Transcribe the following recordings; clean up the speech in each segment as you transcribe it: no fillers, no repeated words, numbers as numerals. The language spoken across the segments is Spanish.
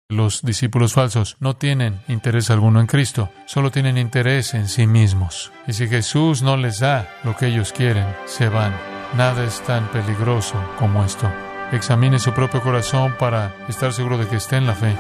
Los discípulos falsos no tienen interés alguno en Cristo, solo tienen interés en sí mismos. Y si Jesús no les da lo que ellos quieren, se van. Nada es tan peligroso como esto. Examine su propio corazón para estar seguro de que esté en la fe.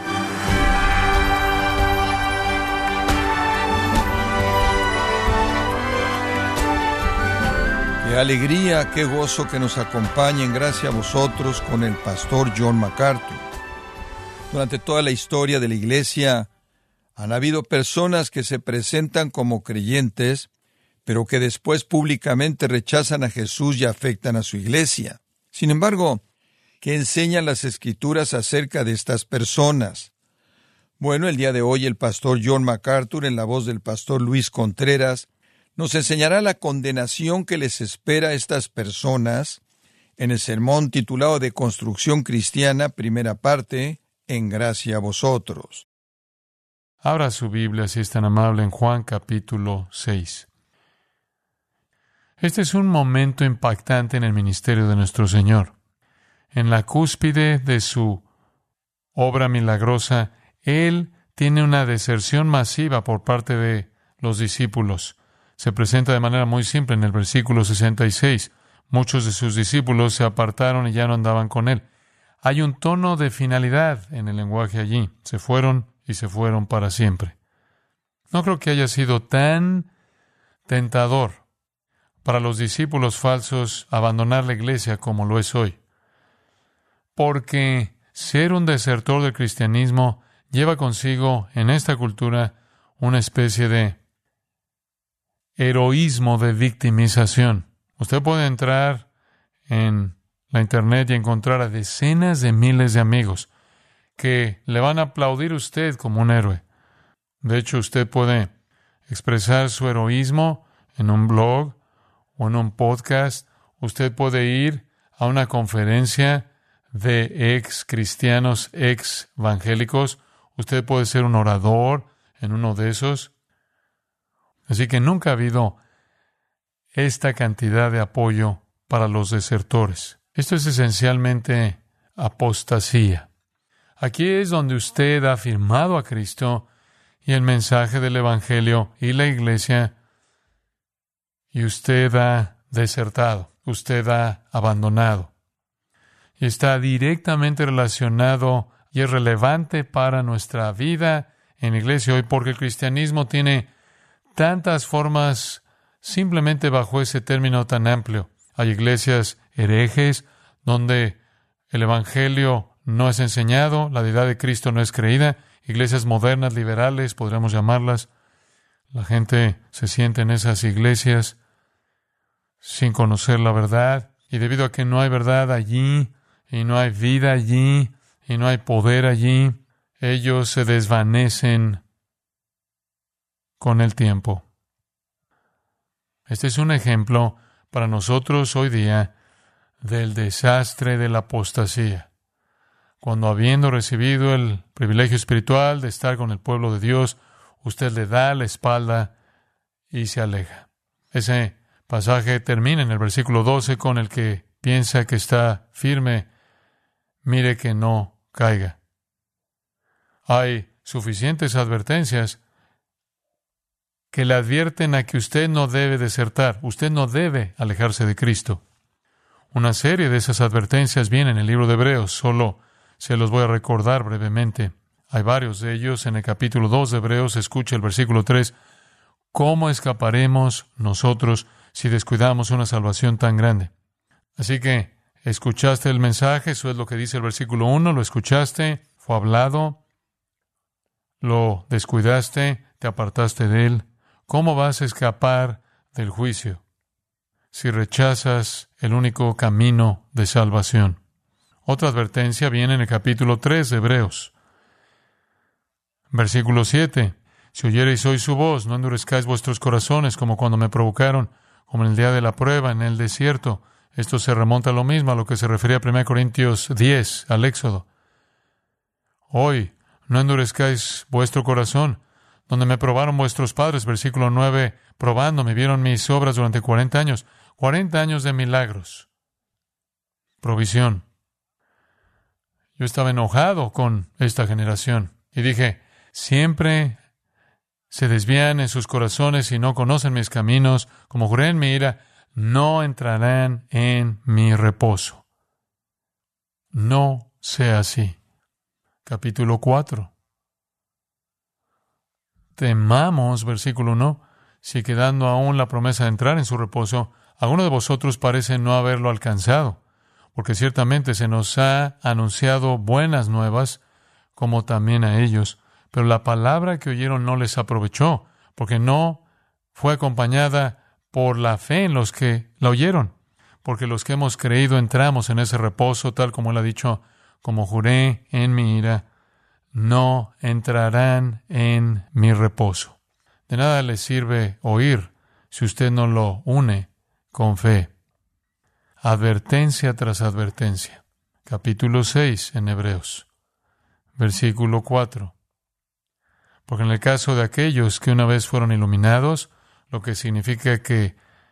Qué alegría, qué gozo que nos acompañen, gracias a vosotros, con el pastor John MacArthur. Durante toda la historia de la Iglesia han habido personas que se presentan como creyentes, pero que después públicamente rechazan a Jesús y afectan a su Iglesia. Sin embargo, ¿qué enseñan las Escrituras acerca de estas personas? Bueno, el día de hoy el pastor John MacArthur, en la voz del pastor Luis Contreras, nos enseñará la condenación que les espera a estas personas en el sermón titulado de Construcción Cristiana, primera parte, en gracia a vosotros. Abra su Biblia, si es tan amable, en Juan capítulo 6. Este es un momento impactante en el ministerio de nuestro Señor. En la cúspide de su obra milagrosa, Él tiene una deserción masiva por parte de los discípulos. Se presenta de manera muy simple en el versículo 66. Muchos de sus discípulos se apartaron y ya no andaban con Él. Hay un tono de finalidad en el lenguaje allí. Se fueron y se fueron para siempre. No creo que haya sido tan tentador para los discípulos falsos abandonar la iglesia como lo es hoy. Porque ser un desertor del cristianismo lleva consigo en esta cultura una especie de heroísmo de victimización. Usted puede entrar en la internet y encontrar a decenas de miles de amigos que le van a aplaudir a usted como un héroe. De hecho, usted puede expresar su heroísmo en un blog o en un podcast. Usted puede ir a una conferencia de ex cristianos, ex evangélicos. Usted puede ser un orador en uno de esos. Así que nunca ha habido esta cantidad de apoyo para los desertores. Esto es esencialmente apostasía. Aquí es donde usted ha firmado a Cristo y el mensaje del Evangelio y la Iglesia, y usted ha desertado, usted ha abandonado. Y está directamente relacionado y es relevante para nuestra vida en la Iglesia hoy, porque el cristianismo tiene tantas formas simplemente bajo ese término tan amplio. Hay iglesias herejes donde el Evangelio no es enseñado, la deidad de Cristo no es creída, iglesias modernas, liberales, podríamos llamarlas. La gente se siente en esas iglesias sin conocer la verdad, y debido a que no hay verdad allí, y no hay vida allí, y no hay poder allí, ellos se desvanecen con el tiempo. Este es un ejemplo para nosotros hoy día del desastre de la apostasía. Cuando, habiendo recibido el privilegio espiritual de estar con el pueblo de Dios, usted le da la espalda y se aleja. Ese pasaje termina en el versículo 12 con el que piensa que está firme, mire que no caiga. Hay suficientes advertencias que le advierten a que usted no debe desertar, usted no debe alejarse de Cristo. Una serie de esas advertencias viene en el libro de Hebreos, solo se los voy a recordar brevemente. Hay varios de ellos en el capítulo 2 de Hebreos. Escuche el versículo 3. ¿Cómo escaparemos nosotros si descuidamos una salvación tan grande? Así que, escuchaste el mensaje, eso es lo que dice el versículo 1, lo escuchaste, fue hablado, lo descuidaste, te apartaste de él. ¿Cómo vas a escapar del juicio si rechazas el único camino de salvación? Otra advertencia viene en el capítulo 3 de Hebreos. Versículo 7. Si oyereis hoy su voz, no endurezcáis vuestros corazones como cuando me provocaron, como en el día de la prueba en el desierto. Esto se remonta a lo mismo, a lo que se refería a 1 Corintios 10, al Éxodo. Hoy, no endurezcáis vuestro corazón, donde me probaron vuestros padres, versículo 9, probándome, vieron mis obras durante 40 años. 40 años de milagros. Provisión. Yo estaba enojado con esta generación y dije, siempre se desvían en sus corazones y no conocen mis caminos. Como juré en mi ira, no entrarán en mi reposo. No sea así. Capítulo 4. Temamos, versículo 1, si quedando aún la promesa de entrar en su reposo, alguno de vosotros parece no haberlo alcanzado, porque ciertamente se nos ha anunciado buenas nuevas, como también a ellos, pero la palabra que oyeron no les aprovechó, porque no fue acompañada por la fe en los que la oyeron, porque los que hemos creído entramos en ese reposo, tal como él ha dicho, como juré en mi ira, no entrarán en mi reposo. De nada le sirve oír si usted no lo une con fe. Advertencia tras advertencia. Capítulo 6 en Hebreos. Versículo 4. Porque en el caso de aquellos que una vez fueron iluminados, lo que significa que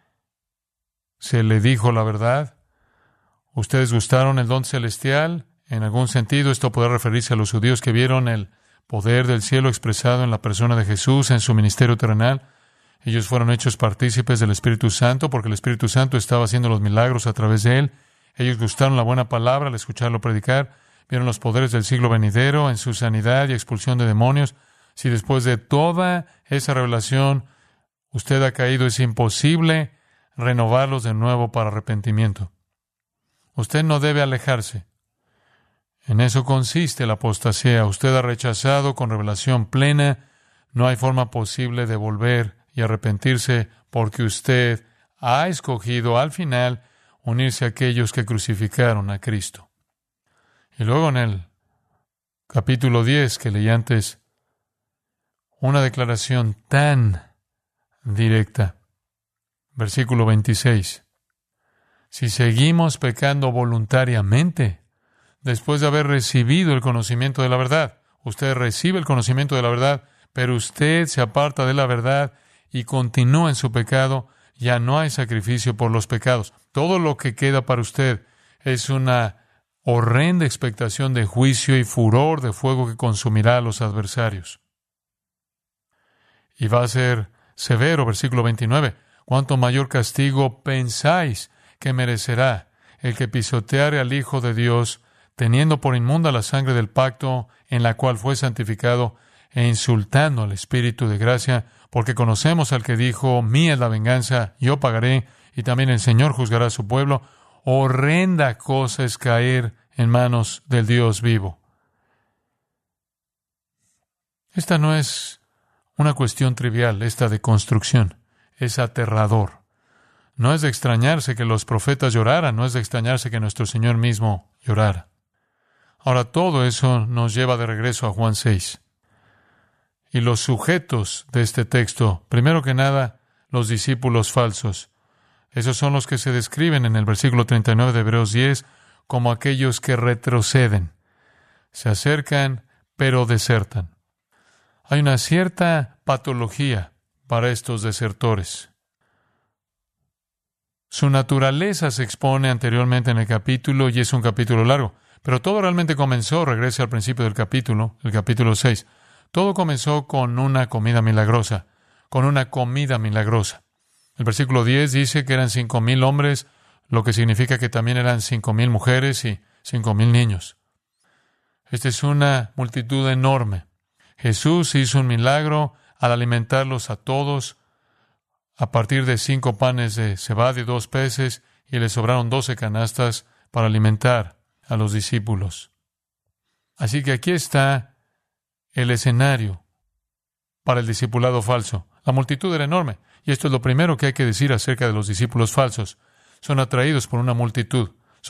se le dijo la verdad, ustedes gustaron el don celestial. En algún sentido, esto puede referirse a los judíos que vieron el poder del cielo expresado en la persona de Jesús en su ministerio terrenal. Ellos fueron hechos partícipes del Espíritu Santo porque el Espíritu Santo estaba haciendo los milagros a través de él. Ellos gustaron la buena palabra al escucharlo predicar. Vieron los poderes del siglo venidero en su sanidad y expulsión de demonios. Si después de toda esa revelación usted ha caído, es imposible renovarlos de nuevo para arrepentimiento. Usted no debe alejarse. En eso consiste la apostasía. Usted ha rechazado con revelación plena. No hay forma posible de volver y arrepentirse porque usted ha escogido al final unirse a aquellos que crucificaron a Cristo. Y luego en el capítulo 10 que leí antes, una declaración tan directa. Versículo 26. Si seguimos pecando voluntariamente, después de haber recibido el conocimiento de la verdad, usted recibe el conocimiento de la verdad, pero usted se aparta de la verdad y continúa en su pecado, ya no hay sacrificio por los pecados. Todo lo que queda para usted es una horrenda expectación de juicio y furor de fuego que consumirá a los adversarios. Y va a ser severo, versículo 29. ¿Cuánto mayor castigo pensáis que merecerá el que pisoteare al Hijo de Dios, teniendo por inmunda la sangre del pacto en la cual fue santificado, e insultando al Espíritu de gracia? Porque conocemos al que dijo, mía es la venganza, yo pagaré, y también el Señor juzgará a su pueblo. Horrenda cosa es caer en manos del Dios vivo. Esta no es una cuestión trivial, esta de construcción. Es aterrador. No es de extrañarse que los profetas lloraran, no es de extrañarse que nuestro Señor mismo llorara. Ahora, todo eso nos lleva de regreso a Juan 6. Y los sujetos de este texto, primero que nada, los discípulos falsos. Esos son los que se describen en el versículo 39 de Hebreos 10 como aquellos que retroceden. Se acercan, pero desertan. Hay una cierta patología para estos desertores. Su naturaleza se expone anteriormente en el capítulo y es un capítulo largo. Pero todo realmente comenzó, regrese al principio del capítulo, el capítulo 6. Todo comenzó con una comida milagrosa, El versículo 10 dice que eran 5,000 hombres, lo que significa que también eran 5,000 mujeres y 5,000 niños. Esta es una multitud enorme. Jesús hizo un milagro al alimentarlos a todos a partir de 5 panes de cebada y 2 peces, y les sobraron 12 canastas para alimentar a los discípulos. Así que aquí está el escenario para el discipulado falso. La multitud era enorme, y esto es lo primero que hay que decir acerca de los discípulos falsos. Son atraídos por una multitud.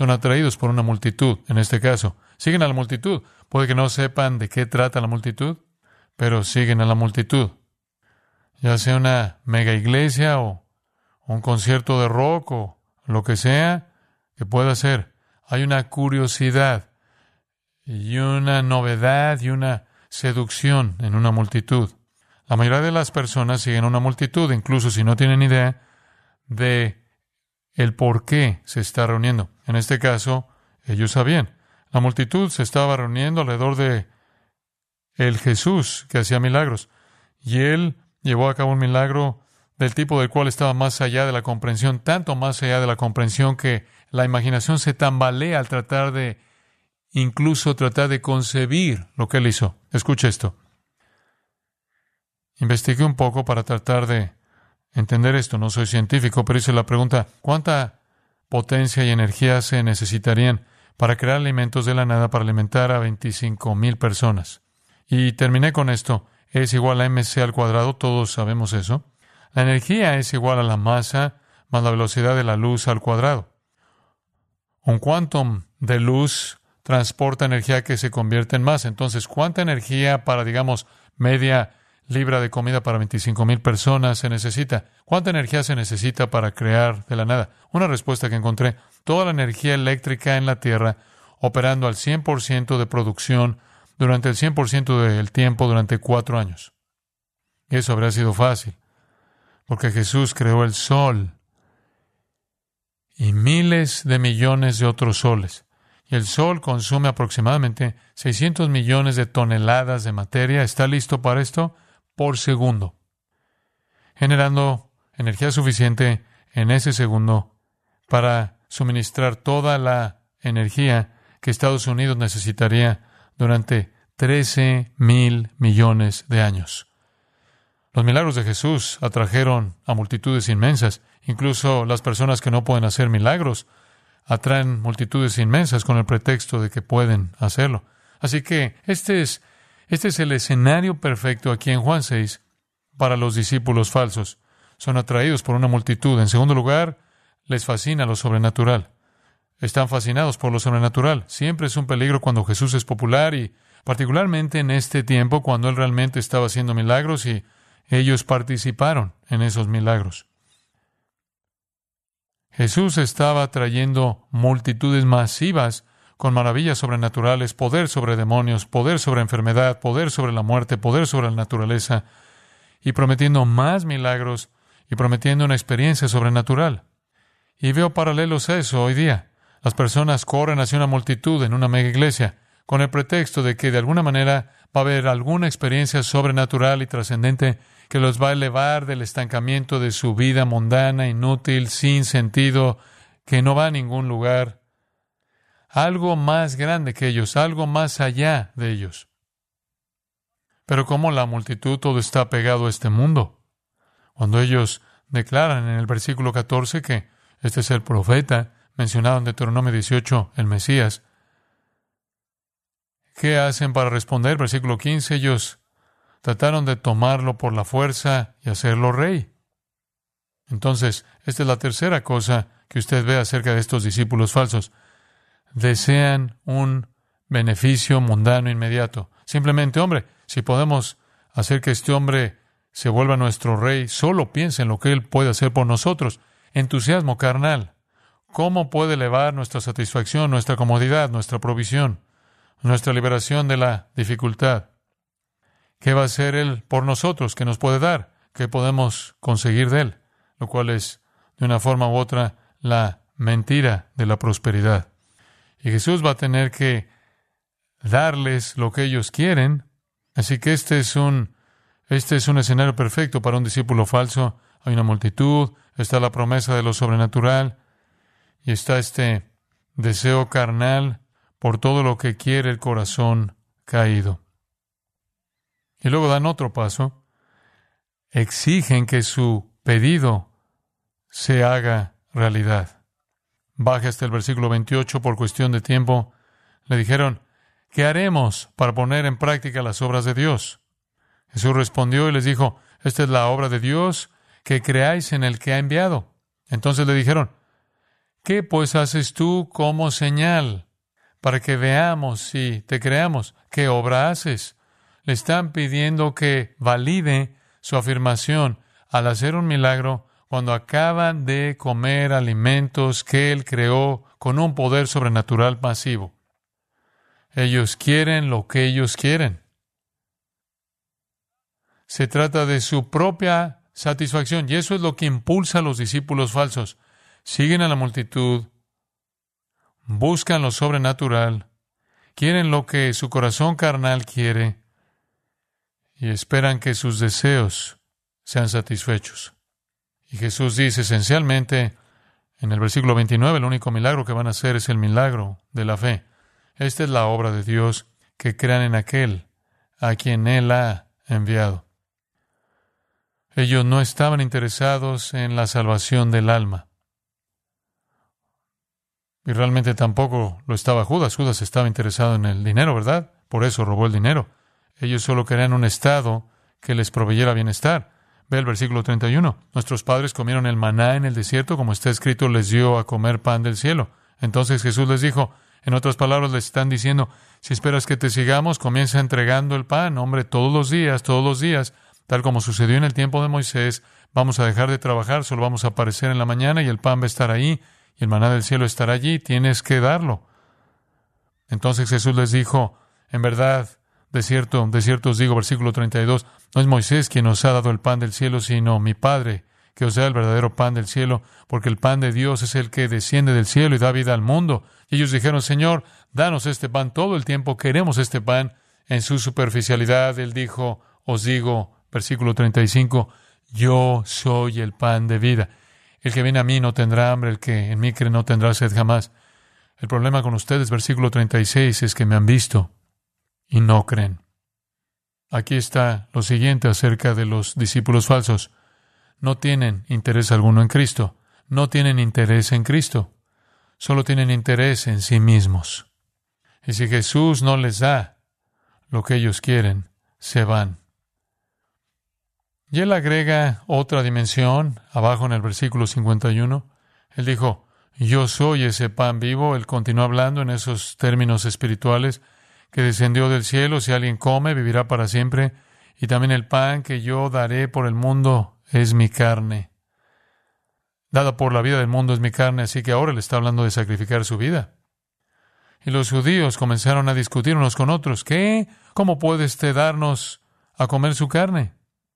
En este caso. Siguen a la multitud. Puede que no sepan de qué trata la multitud, pero siguen a la multitud. Ya sea una mega iglesia o un concierto de rock o lo que sea que pueda ser. Hay una curiosidad y una novedad y una seducción en una multitud. La mayoría de las personas siguen a una multitud, incluso si no tienen idea de el por qué se está reuniendo. En este caso, ellos sabían. La multitud se estaba reuniendo alrededor de el Jesús que hacía milagros. Y él llevó a cabo un milagro del tipo del cual estaba más allá de la comprensión, tanto más allá de la comprensión que la imaginación se tambalea al tratar de concebir lo que él hizo. Escucha esto. Investigué un poco para tratar de entender esto. No soy científico, pero hice la pregunta, ¿cuánta potencia y energía se necesitarían para crear alimentos de la nada para alimentar a 25,000 personas? Y terminé con esto. Es igual a mc al cuadrado, todos sabemos eso. La energía es igual a la masa más la velocidad de la luz al cuadrado. Un quantum de luz transporta energía que se convierte en masa. Entonces, ¿cuánta energía para, digamos, media libra de comida para 25,000 personas se necesita? ¿Cuánta energía se necesita para crear de la nada? Una respuesta que encontré, toda la energía eléctrica en la Tierra operando al 100% de producción durante el 100% del tiempo durante 4 años. Y eso habría sido fácil, porque Jesús creó el sol y miles de millones de otros soles. Y el sol consume aproximadamente 600 millones de toneladas de materia. ¿Está listo para esto? Por segundo, generando energía suficiente en ese segundo para suministrar toda la energía que Estados Unidos necesitaría durante 13,000 millones de años. Los milagros de Jesús atrajeron a multitudes inmensas. Incluso las personas que no pueden hacer milagros atraen multitudes inmensas con el pretexto de que pueden hacerlo. Así que este es el escenario perfecto aquí en Juan 6 para los discípulos falsos. Son atraídos por una multitud. En segundo lugar, les fascina lo sobrenatural. Están fascinados por lo sobrenatural. Siempre es un peligro cuando Jesús es popular y particularmente en este tiempo cuando Él realmente estaba haciendo milagros y ellos participaron en esos milagros. Jesús estaba trayendo multitudes masivas con maravillas sobrenaturales, poder sobre demonios, poder sobre enfermedad, poder sobre la muerte, poder sobre la naturaleza, y prometiendo más milagros y prometiendo una experiencia sobrenatural. Y veo paralelos a eso hoy día. Las personas corren hacia una multitud en una mega iglesia con el pretexto de que de alguna manera va a haber alguna experiencia sobrenatural y trascendente que los va a elevar del estancamiento de su vida mundana, inútil, sin sentido, que no va a ningún lugar. Algo más grande que ellos, algo más allá de ellos. Pero como la multitud todo está pegado a este mundo. Cuando ellos declaran en el versículo 14 que este es el profeta mencionado en Deuteronomio 18, el Mesías, ¿qué hacen para responder? Versículo 15, ellos trataron de tomarlo por la fuerza y hacerlo rey. Entonces, esta es la tercera cosa que usted ve acerca de estos discípulos falsos. Desean un beneficio mundano inmediato. Simplemente, hombre, si podemos hacer que este hombre se vuelva nuestro rey, solo piensa en lo que él puede hacer por nosotros. Entusiasmo carnal. ¿Cómo puede elevar nuestra satisfacción, nuestra comodidad, nuestra provisión, nuestra liberación de la dificultad? ¿Qué va a hacer Él por nosotros? ¿Qué nos puede dar? ¿Qué podemos conseguir de Él? Lo cual es, de una forma u otra, la mentira de la prosperidad. Y Jesús va a tener que darles lo que ellos quieren. Así que este es un escenario perfecto para un discípulo falso. Hay una multitud, está la promesa de lo sobrenatural y está este deseo carnal por todo lo que quiere el corazón caído. Y luego dan otro paso. Exigen que su pedido se haga realidad. Baja hasta el versículo 28 por cuestión de tiempo. Le dijeron, ¿qué haremos para poner en práctica las obras de Dios? Jesús respondió y les dijo, esta es la obra de Dios, que creáis en el que ha enviado. Entonces le dijeron, ¿qué pues haces tú como señal para que veamos y te creamos? ¿Qué obra haces? Le están pidiendo que valide su afirmación al hacer un milagro cuando acaban de comer alimentos que Él creó con un poder sobrenatural masivo. Ellos quieren lo que ellos quieren. Se trata de su propia satisfacción y eso es lo que impulsa a los discípulos falsos. Siguen a la multitud, buscan lo sobrenatural quieren lo que su corazón carnal quiere y esperan que sus deseos sean satisfechos. Y Jesús dice esencialmente en el versículo 29, el único milagro que van a hacer es el milagro de la fe. Esta es la obra de Dios, que crean en aquel a quien Él ha enviado. Ellos no estaban interesados en la salvación del alma. Y realmente tampoco lo estaba Judas. Judas estaba interesado en el dinero, ¿verdad? Por eso robó el dinero. Ellos solo querían un estado que les proveyera bienestar. Ve el versículo 31. Nuestros padres comieron el maná en el desierto, como está escrito, les dio a comer pan del cielo. Entonces Jesús les dijo, en otras palabras, les están diciendo, si esperas que te sigamos, comienza entregando el pan, hombre, todos los días, tal como sucedió en el tiempo de Moisés. Vamos a dejar de trabajar, solo vamos a aparecer en la mañana y el pan va a estar ahí, y el maná del cielo estará allí, tienes que darlo. Entonces Jesús les dijo, en verdad, de cierto os digo, versículo 32, no es Moisés quien os ha dado el pan del cielo, sino mi Padre, que os da el verdadero pan del cielo, porque el pan de Dios es el que desciende del cielo y da vida al mundo. Y ellos dijeron, Señor, danos este pan todo el tiempo, queremos este pan. En su superficialidad, Él dijo, os digo, versículo 35, yo soy el pan de vida. El que viene a mí no tendrá hambre, el que en mí cree no tendrá sed jamás. El problema con ustedes, versículo 36, es que me han visto y no creen. Aquí está lo siguiente acerca de los discípulos falsos. No tienen interés alguno en Cristo. No tienen interés en Cristo. Solo tienen interés en sí mismos. Y si Jesús no les da lo que ellos quieren, se van. Y Él agrega otra dimensión abajo en el versículo 51. Él dijo, yo soy ese pan vivo. Él continúa hablando en esos términos espirituales, que descendió del cielo. Si alguien come, vivirá para siempre. Y también el pan que yo daré por el mundo es mi carne. Dada por la vida del mundo es mi carne, así que ahora le está hablando de sacrificar su vida. Y los judíos comenzaron a discutir unos con otros. ¿Qué? ¿Cómo puede usted darnos a comer su carne?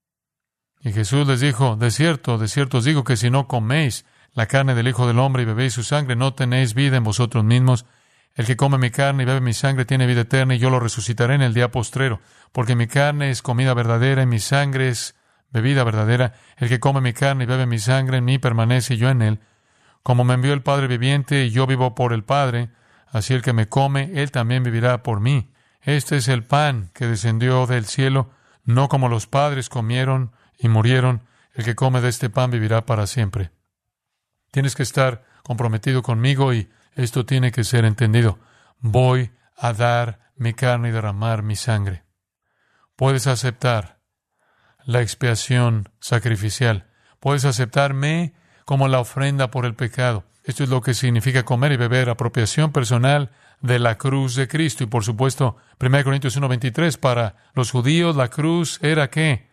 Y Jesús les dijo, de cierto os digo que si no coméis la carne del Hijo del Hombre y bebéis su sangre, no tenéis vida en vosotros mismos. El que come mi carne y bebe mi sangre tiene vida eterna, y yo lo resucitaré en el día postrero, porque mi carne es comida verdadera y mi sangre es bebida verdadera. El que come mi carne y bebe mi sangre en mí permanece y yo en él. Como me envió el Padre viviente y yo vivo por el Padre, así el que me come, él también vivirá por mí. Este es el pan que descendió del cielo, no como los padres comieron y murieron. El que come de este pan vivirá para siempre. Tienes que estar comprometido conmigo y esto tiene que ser entendido. Voy a dar mi carne y derramar mi sangre. Puedes aceptar la expiación sacrificial. Puedes aceptarme como la ofrenda por el pecado. Esto es lo que significa comer y beber, apropiación personal de la cruz de Cristo. Y por supuesto, 1 Corintios 1:23, para los judíos la cruz era ¿qué?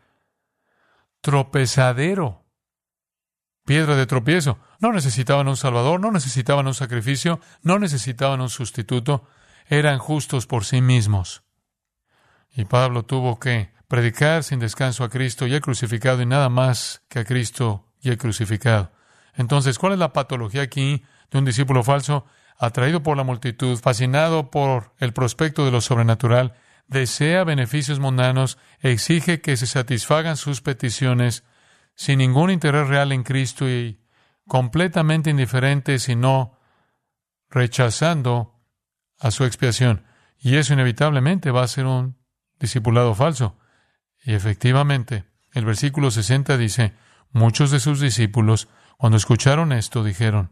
Tropezadero. Piedra de tropiezo. No necesitaban un salvador, no necesitaban un sacrificio, no necesitaban un sustituto. Eran justos por sí mismos. Y Pablo tuvo que predicar sin descanso a Cristo y el crucificado, y nada más que a Cristo y el crucificado. Entonces, ¿cuál es la patología aquí de un discípulo falso? Atraído por la multitud, fascinado por el prospecto de lo sobrenatural, desea beneficios mundanos, exige que se satisfagan sus peticiones sin ningún interés real en Cristo y completamente indiferente, sino rechazando a su expiación. Y eso inevitablemente va a ser un discipulado falso. Y efectivamente, el versículo 60 dice, muchos de sus discípulos, cuando escucharon esto, dijeron,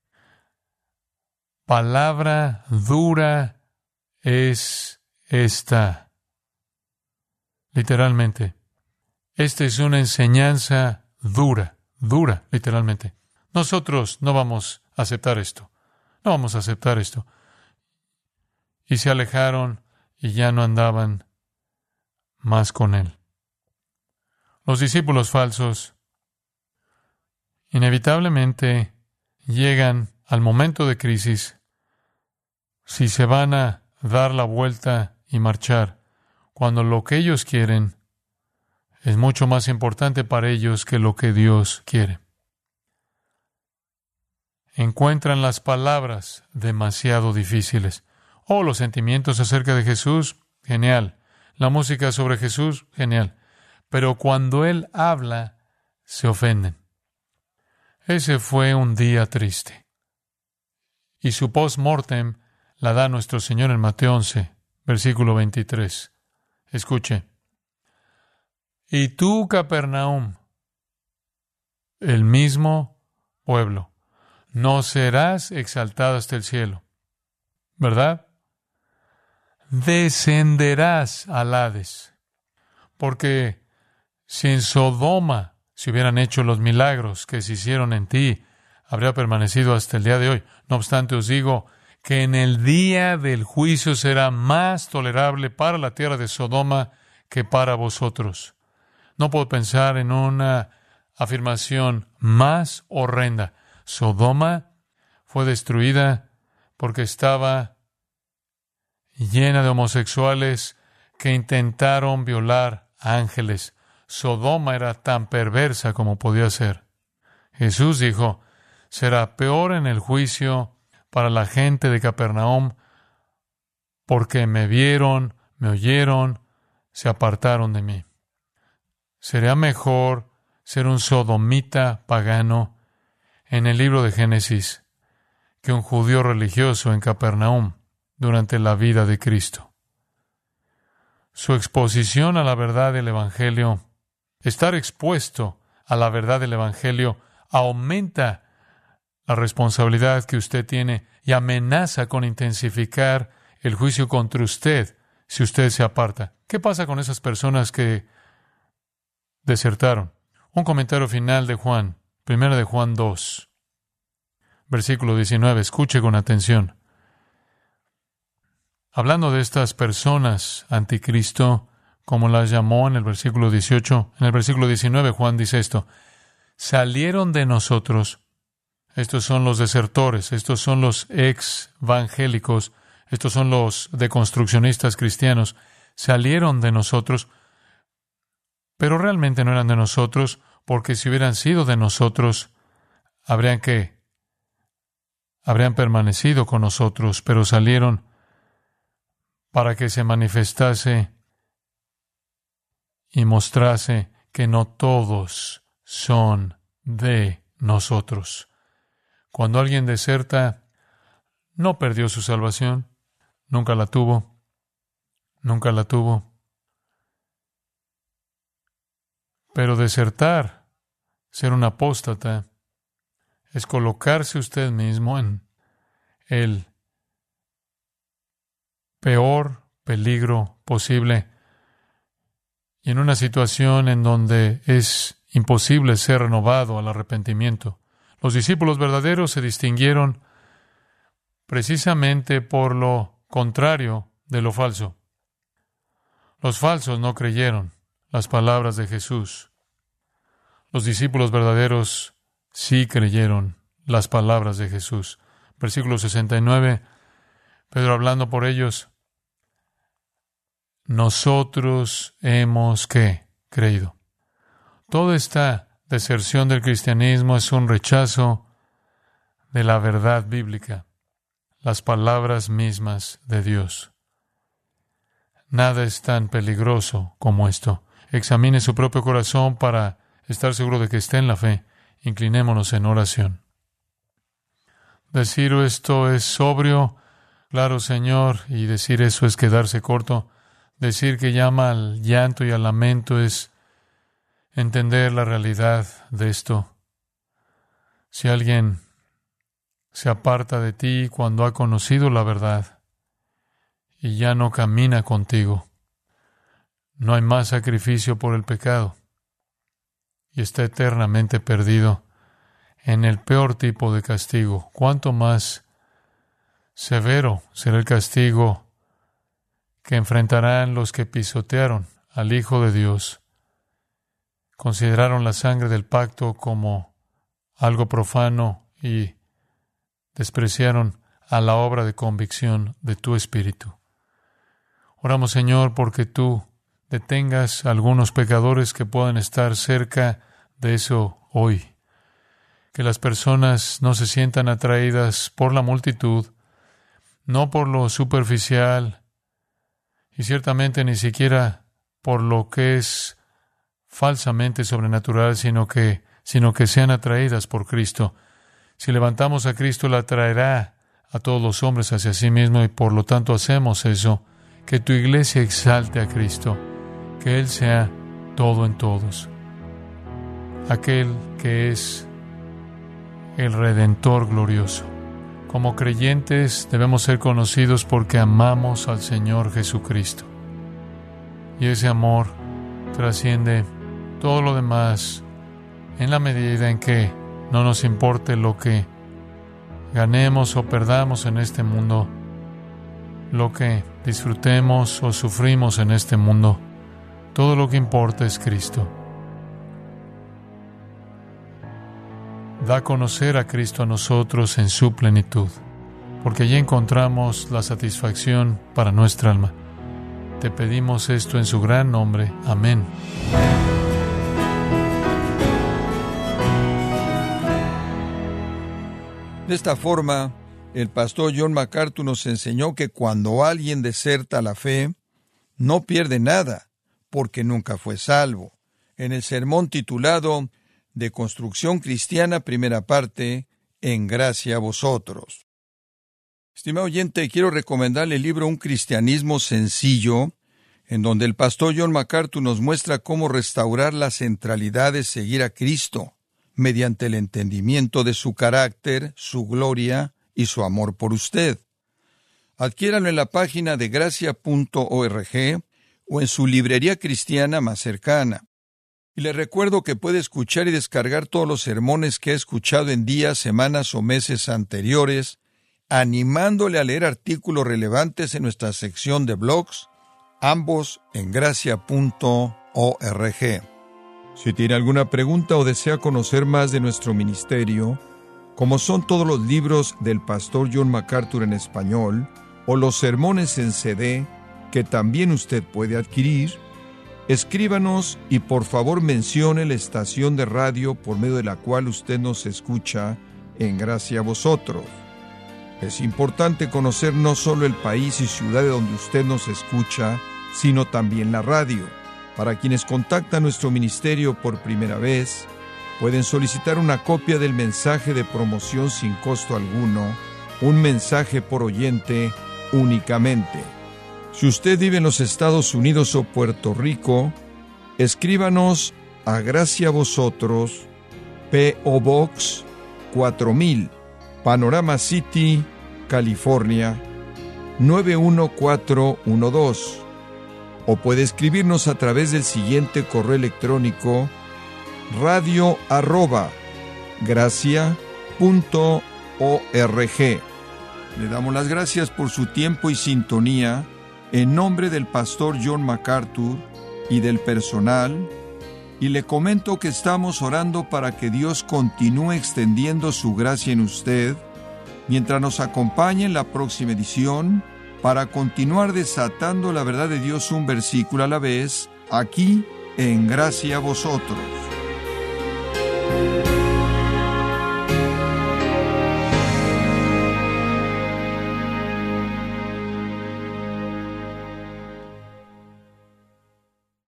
palabra dura es esta. Literalmente, esta es una enseñanza dura, literalmente. Nosotros no vamos a aceptar esto. No vamos a aceptar esto. Y se alejaron y ya no andaban más con él. Los discípulos falsos inevitablemente llegan al momento de crisis si se van a dar la vuelta y marchar, cuando lo que ellos quieren es mucho más importante para ellos que lo que Dios quiere. Encuentran las palabras demasiado difíciles. Oh, los sentimientos acerca de Jesús, genial. La música sobre Jesús, genial. Pero cuando Él habla, se ofenden. Ese fue un día triste. Y su post-mortem la da nuestro Señor en Mateo 11, versículo 23. Escuche. Y tú, Capernaum, el mismo pueblo, no serás exaltado hasta el cielo, ¿verdad? Descenderás al Hades. Porque si en Sodoma se hubieran hecho los milagros que se hicieron en ti, habría permanecido hasta el día de hoy. No obstante, os digo que en el día del juicio será más tolerable para la tierra de Sodoma que para vosotros. No puedo pensar en una afirmación más horrenda. Sodoma fue destruida porque estaba llena de homosexuales que intentaron violar ángeles. Sodoma era tan perversa como podía ser. Jesús dijo, será peor en el juicio para la gente de Capernaum porque me vieron, me oyeron, se apartaron de mí. Sería mejor ser un sodomita pagano en el libro de Génesis que un judío religioso en Capernaum durante la vida de Cristo. Su exposición a la verdad del Evangelio, estar expuesto a la verdad del Evangelio, aumenta la responsabilidad que usted tiene y amenaza con intensificar el juicio contra usted si usted se aparta. ¿Qué pasa con esas personas que desertaron? Un comentario final de Juan, 1 de Juan 2, versículo 19. Escuche con atención. Hablando de estas personas anticristo, como las llamó en el versículo 18, en el versículo 19 Juan dice esto: salieron de nosotros. Estos son los desertores, estos son los ex-evangélicos, estos son los deconstruccionistas cristianos. Salieron de nosotros, pero realmente no eran de nosotros, porque si hubieran sido de nosotros, habrían permanecido con nosotros, pero salieron para que se manifestase y mostrase que no todos son de nosotros. Cuando alguien deserta, no perdió su salvación, nunca la tuvo. Pero desertar, ser un apóstata, es colocarse usted mismo en el peor peligro posible y en una situación en donde es imposible ser renovado al arrepentimiento. Los discípulos verdaderos se distinguieron precisamente por lo contrario de lo falso. Los falsos no creyeron las palabras de Jesús. Los discípulos verdaderos sí creyeron las palabras de Jesús. Versículo 69, Pedro hablando por ellos: nosotros hemos ¿qué? Creído. Toda esta deserción del cristianismo es un rechazo de la verdad bíblica, las palabras mismas de Dios. Nada es tan peligroso como esto. Examine su propio corazón para estar seguro de que está en la fe. Inclinémonos en oración. Decir esto es sobrio, claro, Señor, y decir eso es quedarse corto. Decir que llama al llanto y al lamento es entender la realidad de esto. Si alguien se aparta de ti cuando ha conocido la verdad y ya no camina contigo, no hay más sacrificio por el pecado y está eternamente perdido en el peor tipo de castigo. ¿Cuánto más severo será el castigo que enfrentarán los que pisotearon al Hijo de Dios, consideraron la sangre del pacto como algo profano y despreciaron a la obra de convicción de tu Espíritu? Oramos, Señor, porque tú detengas a algunos pecadores que puedan estar cerca de eso hoy. Que las personas no se sientan atraídas por la multitud no por lo superficial y ciertamente ni siquiera por lo que es falsamente sobrenatural, sino que sean atraídas por Cristo. Si levantamos a Cristo, Él atraerá a todos los hombres hacia sí mismo y por lo tanto hacemos eso. Que tu iglesia exalte a Cristo, que Él sea todo en todos. Aquel que es el Redentor glorioso. Como creyentes debemos ser conocidos porque amamos al Señor Jesucristo. Y ese amor trasciende todo lo demás en la medida en que no nos importe lo que ganemos o perdamos en este mundo, lo que disfrutemos o sufrimos en este mundo. Todo lo que importa es Cristo. Da a conocer a Cristo a nosotros en su plenitud, porque allí encontramos la satisfacción para nuestra alma. Te pedimos esto en su gran nombre. Amén. De esta forma, el pastor John MacArthur nos enseñó que cuando alguien deserta la fe, no pierde nada, porque nunca fue salvo. En el sermón titulado De Construcción Cristiana, primera parte, En gracia a vosotros. Estimado oyente, quiero recomendarle el libro Un Cristianismo Sencillo, en donde el pastor John MacArthur nos muestra cómo restaurar la centralidad de seguir a Cristo, mediante el entendimiento de su carácter, su gloria y su amor por usted. Adquiéralo en la página de gracia.org o en su librería cristiana más cercana. Y le recuerdo que puede escuchar y descargar todos los sermones que ha escuchado en días, semanas o meses anteriores, animándole a leer artículos relevantes en nuestra sección de blogs, ambos en gracia.org. Si tiene alguna pregunta o desea conocer más de nuestro ministerio, como son todos los libros del pastor John MacArthur en español, o los sermones en CD, que también usted puede adquirir, escríbanos y por favor mencione la estación de radio por medio de la cual usted nos escucha en Gracia a Vosotros. Es importante conocer no solo el país y ciudad de donde usted nos escucha, sino también la radio. Para quienes contactan nuestro ministerio por primera vez, pueden solicitar una copia del mensaje de promoción sin costo alguno, un mensaje por oyente únicamente. Si usted vive en los Estados Unidos o Puerto Rico, escríbanos a Gracia a Vosotros, P.O. Box 4000, Panorama City, California, 91412. O puede escribirnos a través del siguiente correo electrónico: radio@gracia.org. Le damos las gracias por su tiempo y sintonía en nombre del pastor John MacArthur y del personal, y le comento que estamos orando para que Dios continúe extendiendo su gracia en usted mientras nos acompañe en la próxima edición para continuar desatando la verdad de Dios un versículo a la vez, aquí en Gracia a Vosotros.